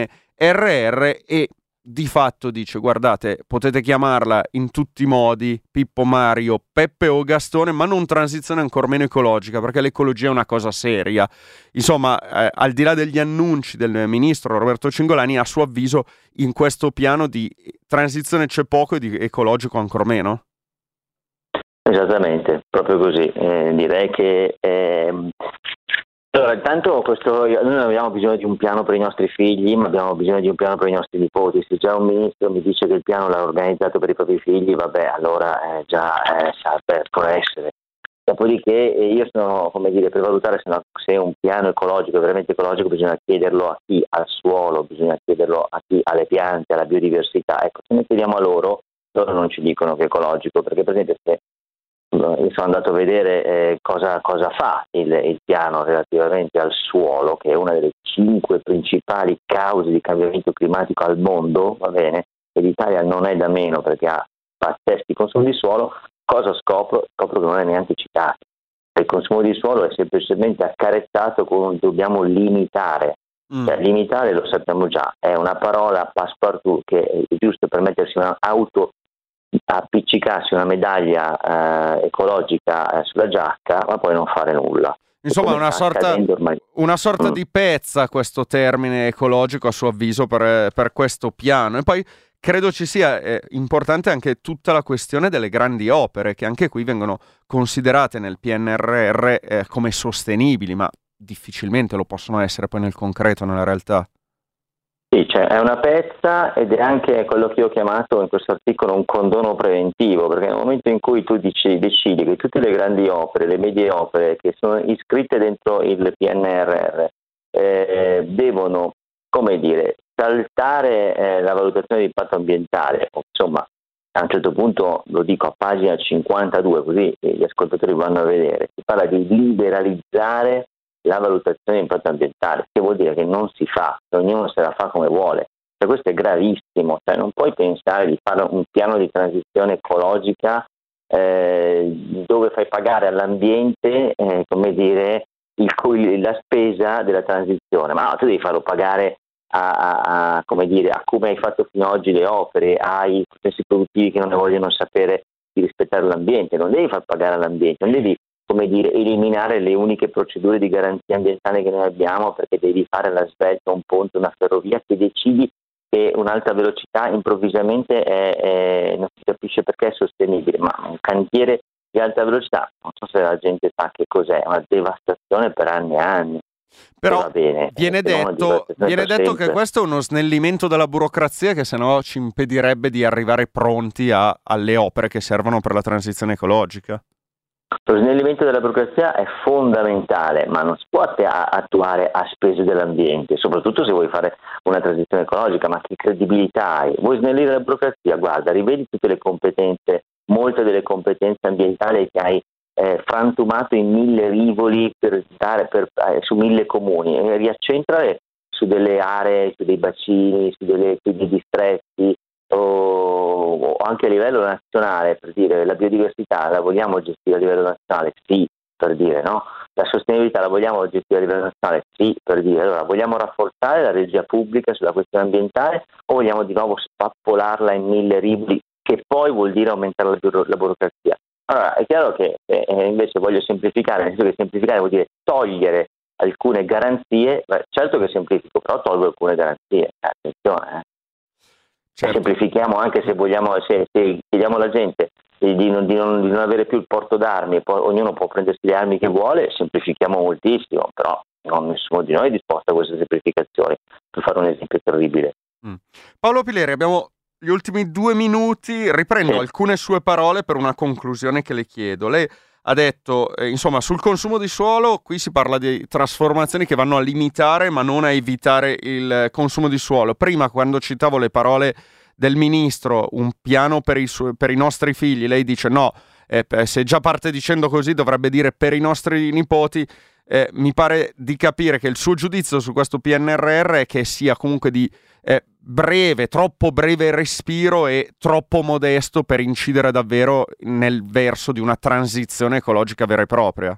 R R, e di fatto dice: guardate, potete chiamarla in tutti i modi, Pippo, Mario, Peppe o Gastone, ma non transizione, ancor meno ecologica, perché l'ecologia è una cosa seria. Insomma, eh, al di là degli annunci del ministro Roberto Cingolani, a suo avviso in questo piano di transizione c'è poco e di ecologico ancor meno? Esattamente, proprio così. Eh, direi che eh, allora, intanto questo, noi non abbiamo bisogno di un piano per i nostri figli, ma abbiamo bisogno di un piano per i nostri nipoti. Se già un ministro mi dice che il piano l'ha organizzato per i propri figli, vabbè, allora eh, già eh, sa, beh, può essere. Dopodiché eh, io sono, come dire, per valutare se, no, se un piano ecologico è veramente ecologico, bisogna chiederlo a chi? Al suolo, bisogna chiederlo a chi? Alle piante, alla biodiversità. Ecco, se noi chiediamo a loro, loro non ci dicono che è ecologico, perché per esempio se io sono andato a vedere eh, cosa, cosa fa il, il piano relativamente al suolo, che è una delle cinque principali cause di cambiamento climatico al mondo, va bene, e l'Italia non è da meno perché ha pazzeschi consumi di suolo. Cosa scopro? Scopro che non è neanche citato. Il consumo di suolo è semplicemente accarezzato con dobbiamo limitare. Mm. Cioè, limitare lo sappiamo già, è una parola passepartout che è giusto per mettersi un'auto, appiccicarsi una medaglia eh, ecologica eh, sulla giacca, ma poi non fare nulla. Insomma, una sorta, una sorta mm. di pezza questo termine ecologico, a suo avviso, per, per questo piano. E poi credo ci sia eh, importante anche tutta la questione delle grandi opere, che anche qui vengono considerate nel P N R R eh, come sostenibili, ma difficilmente lo possono essere poi nel concreto, nella realtà. Sì, cioè è una pezza ed è anche quello che io ho chiamato in questo articolo un condono preventivo, perché nel momento in cui tu dici, decidi che tutte le grandi opere, le medie opere che sono iscritte dentro il P N R R eh, devono, come dire, saltare eh, la valutazione di impatto ambientale, insomma, a un certo punto, lo dico a pagina cinquantadue, così gli ascoltatori vanno a vedere, si parla di liberalizzare la valutazione di impatto ambientale, che vuol dire che non si fa, che ognuno se la fa come vuole. Cioè, questo è gravissimo, cioè, non puoi pensare di fare un piano di transizione ecologica eh, dove fai pagare all'ambiente eh, come dire, il, la spesa della transizione, ma no, tu devi farlo pagare a, a, a, come dire, a come hai fatto fino ad oggi le opere, ai processi produttivi che non ne vogliono sapere di rispettare l'ambiente, non devi far pagare all'ambiente, non devi, come dire, eliminare le uniche procedure di garanzia ambientale che noi abbiamo, perché devi fare la svelta, un ponte, una ferrovia che decidi che un'alta velocità improvvisamente è, è, non si capisce perché è sostenibile, ma un cantiere di alta velocità, non so se la gente sa che cos'è, una devastazione per anni e anni. Però va bene, viene detto, viene detto che questo è uno snellimento della burocrazia che sennò ci impedirebbe di arrivare pronti a, alle opere che servono per la transizione ecologica. Lo snellimento della burocrazia è fondamentale, ma non si può attuare a spese dell'ambiente, soprattutto se vuoi fare una transizione ecologica. Ma che credibilità hai? Vuoi snellire la burocrazia? Guarda, rivedi tutte le competenze, molte delle competenze ambientali che hai eh, frantumato in mille rivoli per stare per, eh, su mille comuni, e riaccentrare su delle aree, su dei bacini, su, delle, su dei distretti, o, o anche a livello nazionale, per dire la biodiversità la vogliamo gestire a livello nazionale? Sì, per dire, no? La sostenibilità la vogliamo gestire a livello nazionale? Sì, per dire. Allora, vogliamo rafforzare la regia pubblica sulla questione ambientale o vogliamo di nuovo spappolarla in mille rivoli, che poi vuol dire aumentare la, buro- la burocrazia? Allora, è chiaro che eh, invece voglio semplificare, nel senso che semplificare vuol dire togliere alcune garanzie. Beh, certo che semplifico, però tolgo alcune garanzie. Attenzione, eh. Certo. Semplifichiamo anche se vogliamo, se, se chiediamo alla gente di non, di, non, di non avere più il porto d'armi, poi ognuno può prendersi le armi che vuole, semplifichiamo moltissimo, però non nessuno di noi è disposto a queste semplificazioni, per fare un esempio terribile. Mm. Paolo Pileri, abbiamo gli ultimi due minuti, riprendo sì. alcune sue parole per una conclusione che le chiedo. Lei ha detto, eh, insomma, sul consumo di suolo, qui si parla di trasformazioni che vanno a limitare ma non a evitare il consumo di suolo. Prima, quando citavo le parole del ministro, un piano per i, su- per i nostri figli, lei dice no, eh, se già parte dicendo così dovrebbe dire per i nostri nipoti. Eh, mi pare di capire che il suo giudizio su questo P N R R è che sia comunque di eh, breve, troppo breve respiro e troppo modesto per incidere davvero nel verso di una transizione ecologica vera e propria.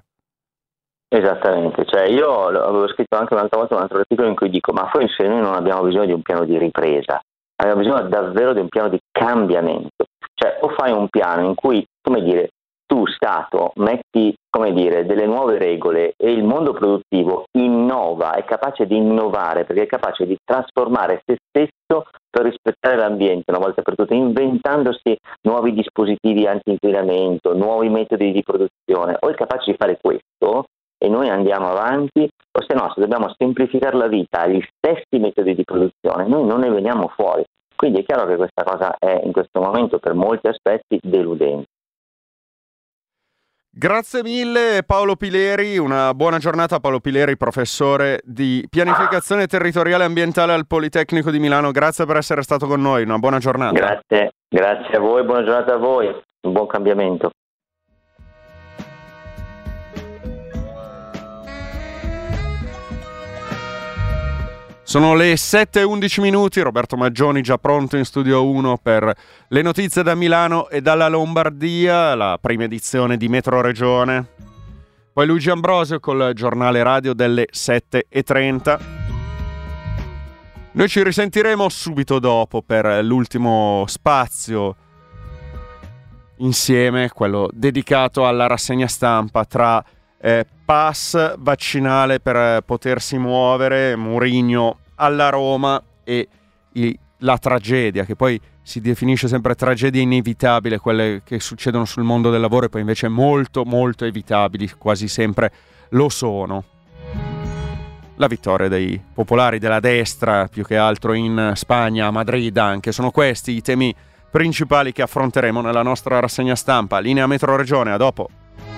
Esattamente, cioè io avevo scritto anche un'altra volta un altro articolo in cui dico ma forse noi non abbiamo bisogno di un piano di ripresa, abbiamo bisogno davvero di un piano di cambiamento, cioè o fai un piano in cui, come dire, tu Stato metti, come dire, delle nuove regole e il mondo produttivo innova, è capace di innovare perché è capace di trasformare se stesso per rispettare l'ambiente una volta per tutte, inventandosi nuovi dispositivi anti-inquinamento, nuovi metodi di produzione, o è capace di fare questo e noi andiamo avanti, o se no, se dobbiamo semplificare la vita agli stessi metodi di produzione, noi non ne veniamo fuori. Quindi è chiaro che questa cosa è in questo momento per molti aspetti deludente. Grazie mille Paolo Pileri, una buona giornata. Paolo Pileri, professore di pianificazione territoriale ambientale al Politecnico di Milano, grazie per essere stato con noi, una buona giornata. Grazie, grazie a voi, buona giornata a voi, un buon cambiamento. Sono le sette e undici minuti, Roberto Maggioni già pronto in studio uno per le notizie da Milano e dalla Lombardia, la prima edizione di Metro Regione. Poi Luigi Ambrosio col giornale radio delle sette e trenta. Noi ci risentiremo subito dopo per l'ultimo spazio insieme, quello dedicato alla rassegna stampa tra Eh, pass vaccinale per eh, potersi muovere, Mourinho alla Roma e i, la tragedia, che poi si definisce sempre tragedia inevitabile, quelle che succedono sul mondo del lavoro e poi invece molto molto evitabili, quasi sempre lo sono. La vittoria dei popolari della destra, più che altro in Spagna, a Madrid anche, sono questi i temi principali che affronteremo nella nostra rassegna stampa. Linea Metro Regione, a dopo.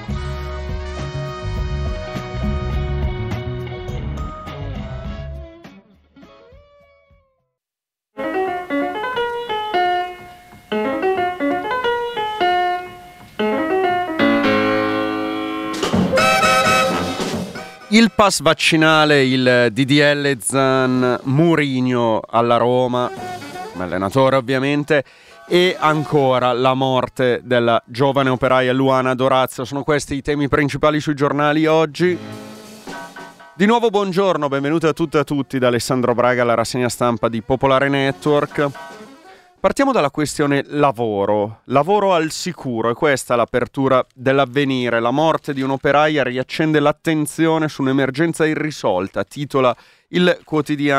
Il pass vaccinale, il D D L Zan, Mourinho alla Roma, come allenatore ovviamente, e ancora la morte della giovane operaia Luana D'Orazio. Sono questi i temi principali sui giornali oggi. Di nuovo buongiorno, benvenuti a tutte e a tutti da Alessandro Braga alla rassegna stampa di Popolare Network. Partiamo dalla questione lavoro, lavoro al sicuro, e questa è l'apertura dell'Avvenire. La morte di un'operaia riaccende l'attenzione su un'emergenza irrisolta, titola il quotidiano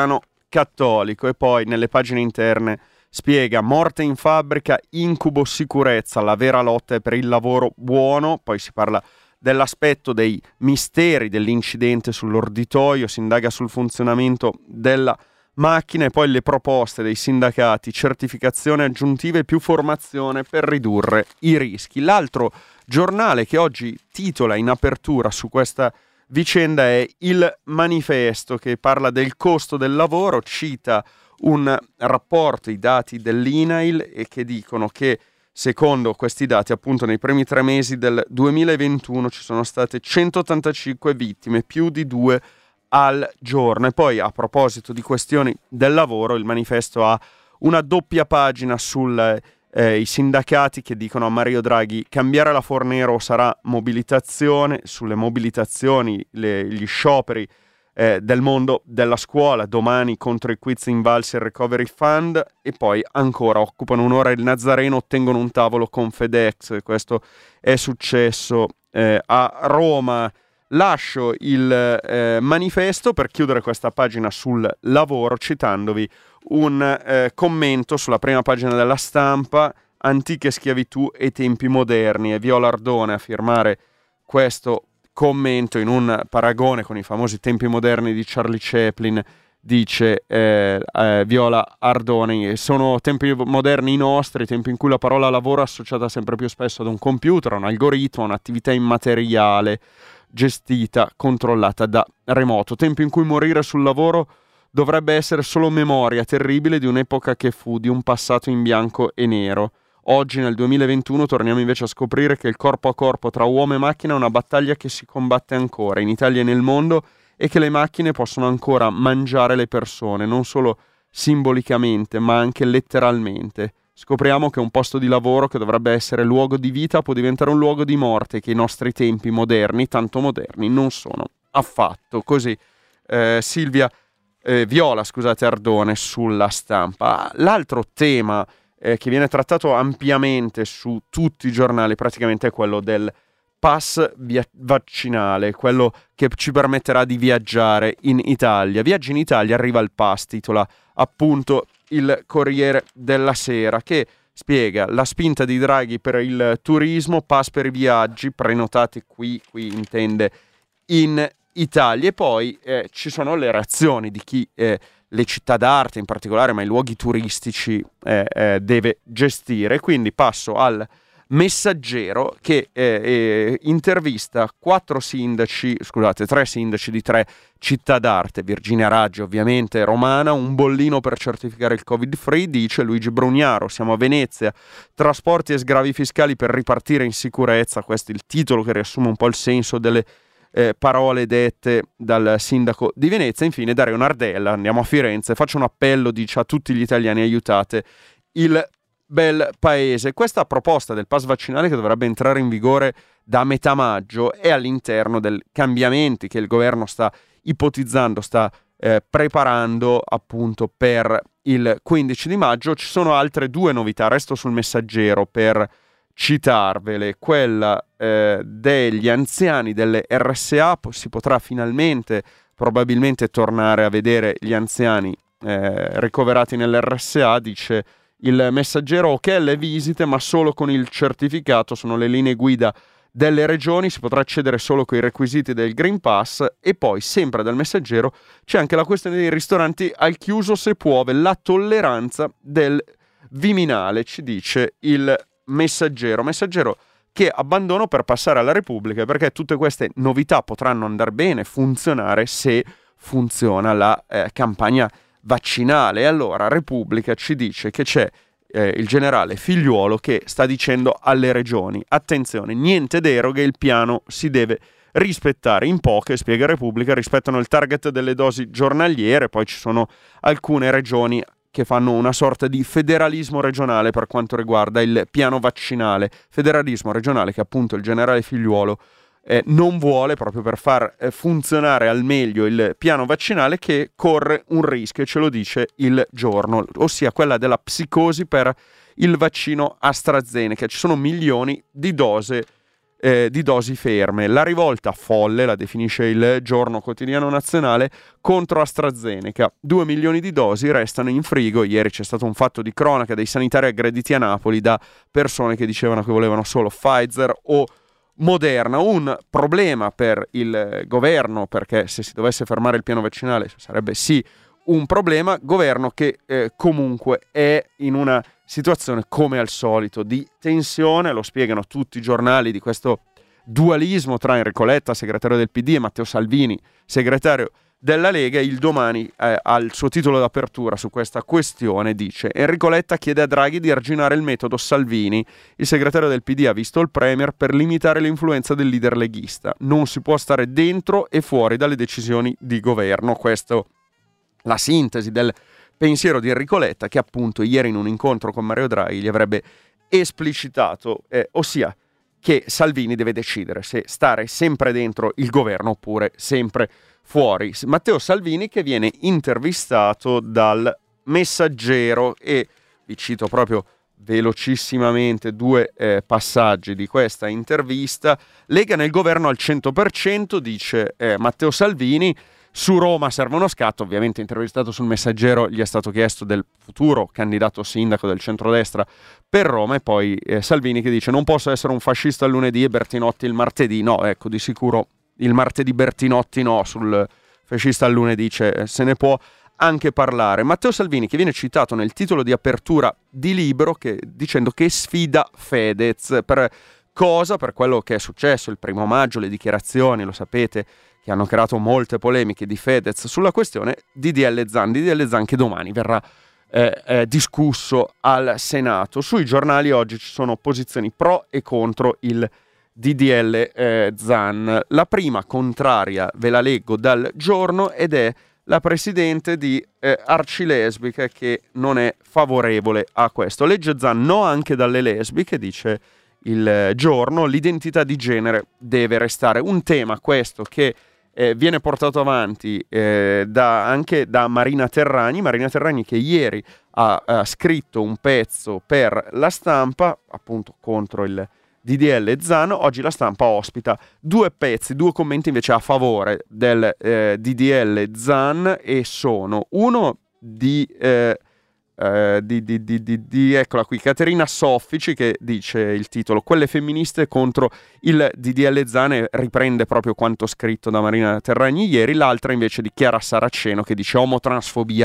Cattolico, e poi nelle pagine interne spiega morte in fabbrica, incubo sicurezza, la vera lotta è per il lavoro buono. Poi si parla dell'aspetto dei misteri dell'incidente sull'orditoio, si indaga sul funzionamento della macchina, e poi le proposte dei sindacati: certificazione aggiuntive e più formazione per ridurre i rischi. L'altro giornale che oggi titola in apertura su questa vicenda è Il Manifesto, che parla del costo del lavoro, cita un rapporto, i dati dell'I N A I L, e che dicono che secondo questi dati, appunto, nei primi tre mesi del duemilaventuno ci sono state centottantacinque vittime, più di due al giorno. E poi, a proposito di questioni del lavoro, il Manifesto ha una doppia pagina sui eh, sindacati che dicono a Mario Draghi: cambiare la Fornero sarà mobilitazione. Sulle mobilitazioni, le, gli scioperi eh, del mondo della scuola, domani contro i quiz invalsi e il Recovery Fund. E poi ancora occupano un'ora il Nazareno, ottengono un tavolo con FedEx. Questo è successo eh, a Roma. Lascio il eh, Manifesto per chiudere questa pagina sul lavoro citandovi un eh, commento sulla prima pagina della Stampa: antiche schiavitù e tempi moderni. È Viola Ardone a firmare questo commento in un paragone con i famosi tempi moderni di Charlie Chaplin. Dice eh, eh, Viola Ardone: sono tempi moderni i nostri, tempi in cui la parola lavoro è associata sempre più spesso ad un computer, a un algoritmo, a un'attività immateriale gestita, controllata da remoto, tempi in cui morire sul lavoro dovrebbe essere solo memoria terribile di un'epoca che fu, di un passato in bianco e nero. Oggi, nel duemilaventuno, torniamo invece a scoprire che il corpo a corpo tra uomo e macchina è una battaglia che si combatte ancora in Italia e nel mondo, e che le macchine possono ancora mangiare le persone, non solo simbolicamente ma anche letteralmente. Scopriamo che un posto di lavoro che dovrebbe essere luogo di vita può diventare un luogo di morte, che i nostri tempi moderni, tanto moderni, non sono affatto. Così eh, Silvia eh, Viola, scusate, Ardone sulla Stampa. L'altro tema eh, che viene trattato ampiamente su tutti i giornali praticamente è quello del pass via- vaccinale, quello che ci permetterà di viaggiare in Italia. Viaggi in Italia, arriva il pass, titola appunto il Corriere della Sera, che spiega la spinta di Draghi per il turismo, pass per i viaggi prenotati qui, qui intende in Italia. E poi eh, ci sono le reazioni di chi eh, le città d'arte in particolare, ma i luoghi turistici eh, eh, deve gestire. Quindi passo al Messaggero, che eh, eh, intervista quattro sindaci, scusate, tre sindaci di tre città d'arte. Virginia Raggi, ovviamente romana, un bollino per certificare il Covid free, dice Luigi Brugnaro. Siamo a Venezia, trasporti e sgravi fiscali per ripartire in sicurezza. Questo è il titolo che riassume un po' il senso delle eh, parole dette dal sindaco di Venezia. Infine Dario Nardella, andiamo a Firenze, faccio un appello, dice, a tutti gli italiani: aiutate il bel paese. Questa proposta del pass vaccinale, che dovrebbe entrare in vigore da metà maggio, è all'interno dei cambiamenti che il governo sta ipotizzando, sta eh, preparando appunto per il quindici di maggio. Ci sono altre due novità, resto sul Messaggero per citarvele. Quella eh, degli anziani delle R S A, si potrà finalmente probabilmente tornare a vedere gli anziani eh, ricoverati nell'R S A, dice il Messaggero. Ok, le visite, ma solo con il certificato, sono le linee guida delle regioni, si potrà accedere solo con i requisiti del Green Pass. E poi, sempre dal Messaggero, c'è anche la questione dei ristoranti al chiuso se piove, la tolleranza del Viminale, ci dice il Messaggero. Messaggero che abbandono per passare alla Repubblica, perché tutte queste novità potranno andare bene, funzionare, se funziona la eh, campagna vaccinale. Allora Repubblica ci dice che c'è eh, il generale Figliuolo che sta dicendo alle regioni: attenzione, niente deroghe, il piano si deve rispettare. In poche, spiega Repubblica, rispettano il target delle dosi giornaliere. Poi ci sono alcune regioni che fanno una sorta di federalismo regionale per quanto riguarda il piano vaccinale, federalismo regionale che appunto il generale Figliuolo Eh, non vuole, proprio per far eh, funzionare al meglio il piano vaccinale, che corre un rischio, e ce lo dice Il Giorno, ossia quella della psicosi per il vaccino AstraZeneca. Ci sono milioni di dose eh, di dosi ferme. La rivolta folle, la definisce il Giorno Quotidiano Nazionale, contro AstraZeneca. Due milioni di dosi restano in frigo. Ieri c'è stato un fatto di cronaca dei sanitari aggrediti a Napoli da persone che dicevano che volevano solo Pfizer o Moderna. Un problema per il governo, perché se si dovesse fermare il piano vaccinale sarebbe sì un problema. Governo che eh, comunque è in una situazione come al solito di tensione, lo spiegano tutti i giornali, di questo dualismo tra Enrico Letta, segretario del P D, e Matteo Salvini, segretario della Lega. Il Domani eh, al suo titolo d'apertura su questa questione dice: Enrico Letta chiede a Draghi di arginare il metodo Salvini. Il segretario del P D ha visto il Premier per limitare l'influenza del leader leghista. Non si può stare dentro e fuori dalle decisioni di governo. Questo la sintesi del pensiero di Enrico Letta, che appunto ieri in un incontro con Mario Draghi gli avrebbe esplicitato, eh, ossia che Salvini deve decidere se stare sempre dentro il governo oppure sempre fuori. Matteo Salvini, che viene intervistato dal Messaggero, e vi cito proprio velocissimamente due eh, passaggi di questa intervista. Lega nel governo al cento per cento, dice eh, Matteo Salvini. Su Roma serve uno scatto. Ovviamente, intervistato sul Messaggero, gli è stato chiesto del futuro candidato sindaco del centrodestra per Roma, e poi eh, Salvini che dice: non posso essere un fascista il lunedì e Bertinotti il martedì. No, ecco, di sicuro il martedì Bertinotti no, sul fascista il lunedì c'è, se ne può anche parlare. Matteo Salvini, che viene citato nel titolo di apertura di Libero, che, dicendo che sfida Fedez. Per cosa? Per quello che è successo il primo maggio, le dichiarazioni, lo sapete, che hanno creato molte polemiche di Fedez sulla questione D D L Zan, D D L Zan che domani verrà eh, eh, discusso al Senato. Sui giornali oggi ci sono posizioni pro e contro il D D L eh, Zan. La prima contraria ve la leggo dal Giorno, ed è la presidente di eh, Arcilesbiche, che non è favorevole a questo. Legge Zan: no anche dalle lesbiche, dice il Giorno, l'identità di genere deve restare. Un tema questo che Eh, viene portato avanti eh, da, anche da Marina Terragni, Marina Terragni che ieri ha, ha scritto un pezzo per La Stampa, appunto contro il D D L Zan. Oggi La Stampa ospita due pezzi, due commenti invece a favore del eh, D D L Zan, e sono uno di... Eh, Uh, di, di, di, di, di eccola qui, Caterina Soffici, che dice il titolo: quelle femministe contro il D D L Zan, e riprende proprio quanto scritto da Marina Terragni ieri. L'altra invece di Chiara Saraceno, che dice: omotransfobia,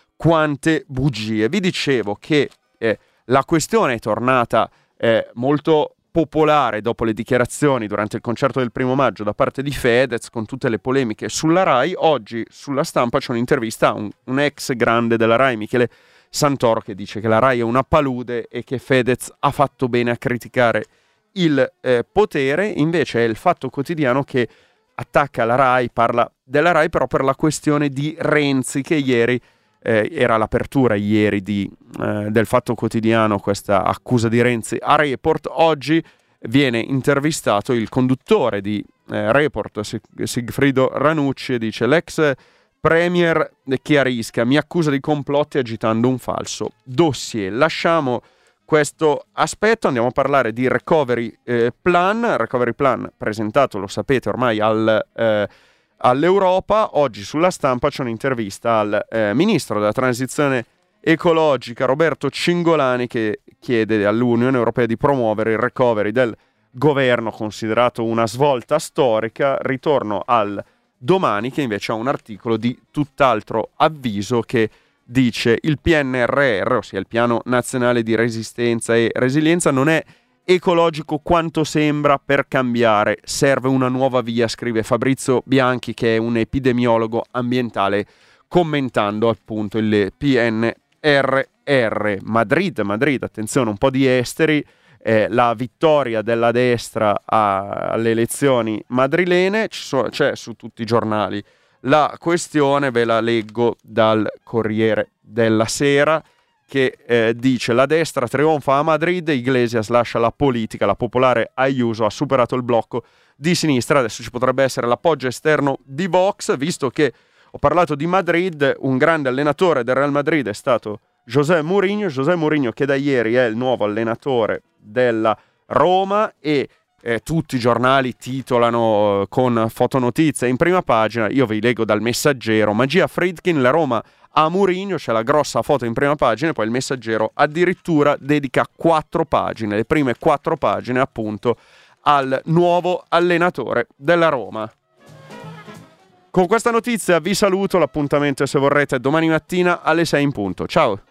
quante bugie. Vi dicevo che eh, la questione è tornata eh, molto popolare dopo le dichiarazioni durante il concerto del primo maggio da parte di Fedez, con tutte le polemiche sulla Rai. Oggi sulla Stampa c'è un'intervista a un, un ex grande della Rai, Michele Santoro, che dice che la Rai è una palude e che Fedez ha fatto bene a criticare il eh, potere. Invece è il Fatto Quotidiano che attacca la Rai, parla della Rai però per la questione di Renzi, che ieri eh, era l'apertura ieri di, eh, del Fatto Quotidiano, questa accusa di Renzi a Report. Oggi viene intervistato il conduttore di eh, Report, Sig- Sigfrido Ranucci, e dice: l'ex Premier chiarisca, mi accusa di complotti agitando un falso dossier. Lasciamo questo aspetto, andiamo a parlare di recovery eh, plan, recovery plan presentato, lo sapete ormai, al, eh, all'Europa. Oggi sulla Stampa c'è un'intervista al eh, ministro della transizione ecologica Roberto Cingolani, che chiede all'Unione Europea di promuovere il recovery del governo, considerato una svolta storica. Ritorno al Domani, che invece ha un articolo di tutt'altro avviso, che dice: il P N R R, ossia il Piano Nazionale di Resistenza e Resilienza, non è ecologico quanto sembra per cambiare, serve una nuova via, scrive Fabrizio Bianchi, che è un epidemiologo ambientale, commentando appunto il P N R R. Madrid, Madrid, attenzione, un po' di esteri. Eh, la vittoria della destra a, alle elezioni madrilene, ci so, c'è su tutti i giornali la questione, ve la leggo dal Corriere della Sera, che eh, dice: la destra trionfa a Madrid, Iglesias lascia la politica, la popolare Ayuso ha superato il blocco di sinistra, adesso ci potrebbe essere l'appoggio esterno di Vox. Visto che ho parlato di Madrid, un grande allenatore del Real Madrid è stato José Mourinho, José Mourinho che da ieri è il nuovo allenatore della Roma, e eh, tutti i giornali titolano con fotonotizie in prima pagina. Io vi leggo dal Messaggero: Magia Friedkin, la Roma a Mourinho, c'è la grossa foto in prima pagina, e poi il Messaggero addirittura dedica quattro pagine, le prime quattro pagine appunto al nuovo allenatore della Roma. Con questa notizia vi saluto, l'appuntamento, se vorrete, domani mattina alle sei in punto. Ciao!